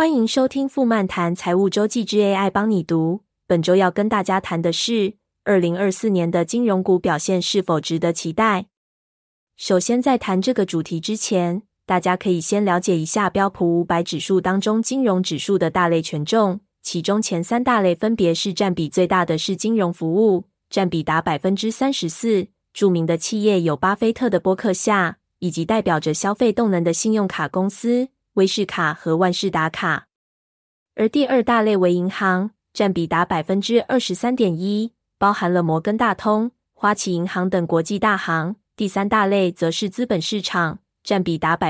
欢迎收听富漫谈财务周记之 AI 帮你读。本周要跟大家谈的是2024年的金融股表现是否值得期待。首先在谈这个主题之前，大家可以先了解一下标普500指数当中金融指数的大类权重，其中前三大类分别是占比最大的是金融服务，占比达 34%， 著名的企业有巴菲特的波克夏，以及代表着消费动能的信用卡公司威士卡和万事达卡。而第二大类为银行，占比达 23.1%， 包含了摩根大通、花旗银行等国际大行。第三大类则是资本市场，占比达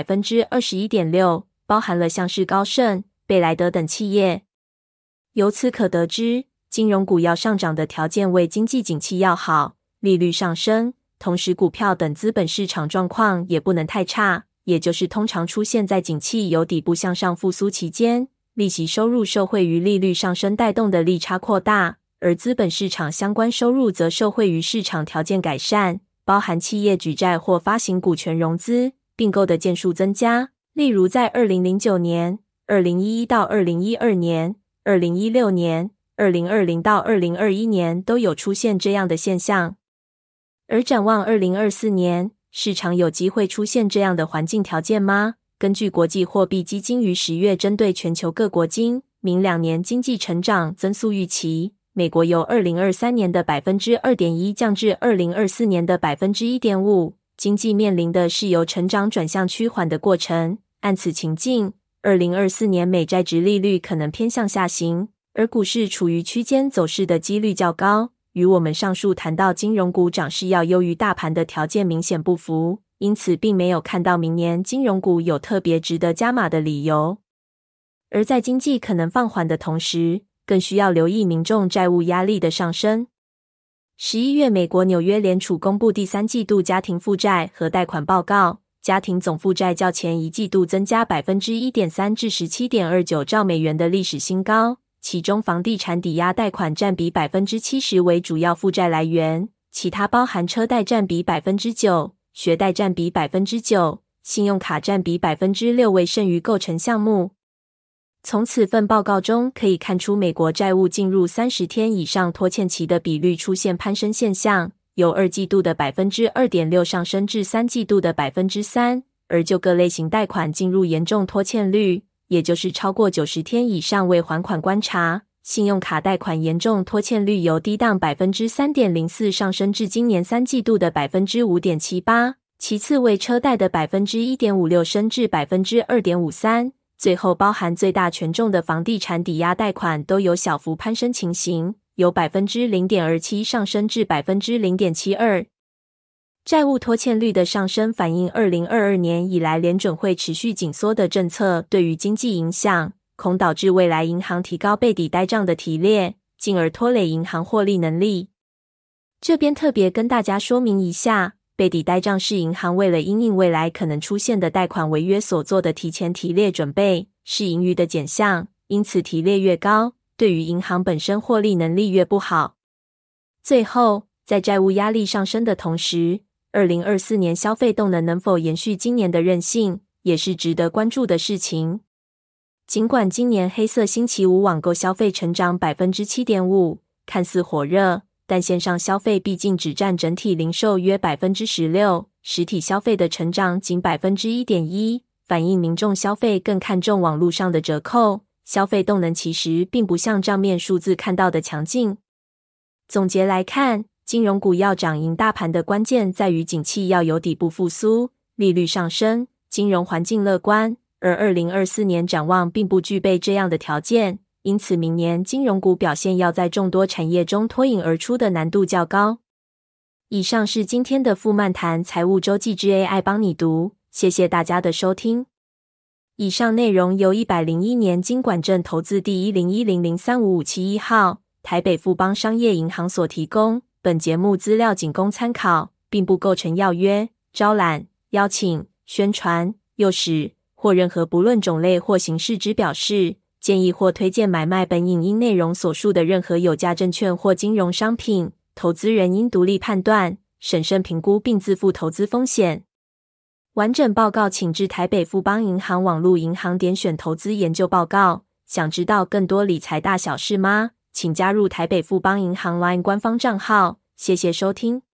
21.6%， 包含了像是高盛、贝莱德等企业。由此可得知，金融股要上涨的条件为经济景气要好，利率上升，同时股票等资本市场状况也不能太差，也就是通常出现在景气由底部向上复苏期间，利息收入受惠于利率上升带动的利差扩大，而资本市场相关收入则受惠于市场条件改善，包含企业举债或发行股权融资，并购的件数增加。例如在2009年、2011到2012年、2016年、2020到2021年都有出现这样的现象。而展望2024年，市场有机会出现这样的环境条件吗？根据国际货币基金于10月针对全球各国今明2年经济成长增速预期，美国由2023年的 2.1% 降至2024年的 1.5%， 经济面临的是由成长转向趋缓的过程。按此情境，2024年美债殖利率可能偏向下行，而股市处于区间走势的几率较高，与我们上述谈到金融股涨势要优于大盘的条件明显不符，因此并没有看到明年金融股有特别值得加码的理由。而在经济可能放缓的同时，更需要留意民众债务压力的上升。11月，美国纽约联储公布第三季度家庭负债和贷款报告，家庭总负债较前一季度增加 1.3% 至 17.29 兆美元的历史新高，其中房地产抵押贷款占比 70% 为主要负债来源，其他包含车贷占比 9%， 学贷占比 9%， 信用卡占比 6% 为剩余构成项目。从此份报告中可以看出，美国债务进入30天以上拖欠期的比率出现攀升现象，由二季度的 2.6% 上升至三季度的 3%， 而就各类型贷款进入严重拖欠率，也就是超过90天以上未还款观察，信用卡贷款严重拖欠率由低档 3.04% 上升至今年三季度的 5.78%， 其次为车贷的 1.56% 升至 2.53%，最后包含最大权重的房地产抵押贷款都有小幅攀升情形，由 0.27% 上升至 0.72%。 债务拖欠率的上升反映2022年以来联准会持续紧缩的政策对于经济影响，恐导致未来银行提高备抵呆账的提列，进而拖累银行获利能力。这边特别跟大家说明一下，备抵呆账是银行为了因应未来可能出现的贷款违约所做的提前提列准备，是盈余的减项，因此提列越高，对于银行本身获利能力越不好。最后，在债务压力上升的同时，2024年消费动能能否延续今年的韧性，也是值得关注的事情。尽管今年黑色星期五网购消费成长 7.5%， 看似火热，但线上消费毕竟只占整体零售约 16%， 实体消费的成长仅 1.1%， 反映民众消费更看重网络上的折扣，消费动能其实并不像账面数字看到的强劲。总结来看，金融股要涨赢大盘的关键在于景气要有底部复苏，利率上升，金融环境乐观，而2024年展望并不具备这样的条件，因此明年金融股表现要在众多产业中脱颖而出的难度较高。以上是今天的富漫谈财务周记之 AI 帮你读，谢谢大家的收听。以上内容由101年金管证投字第10100035571号台北富邦商业银行所提供，本节目资料仅供参考，并不构成要约、招揽、邀请、宣传、诱使或任何不论种类或形式之表示、建议或推荐买卖本影音内容所述的任何有价证券或金融商品，投资人应独立判断、审慎评估并自负投资风险。 完整报告请至台北富邦银行网路银行点选投资研究报告。想知道更多理财大小事吗？请加入台北富邦银行 LINE 官方账号。谢谢收听。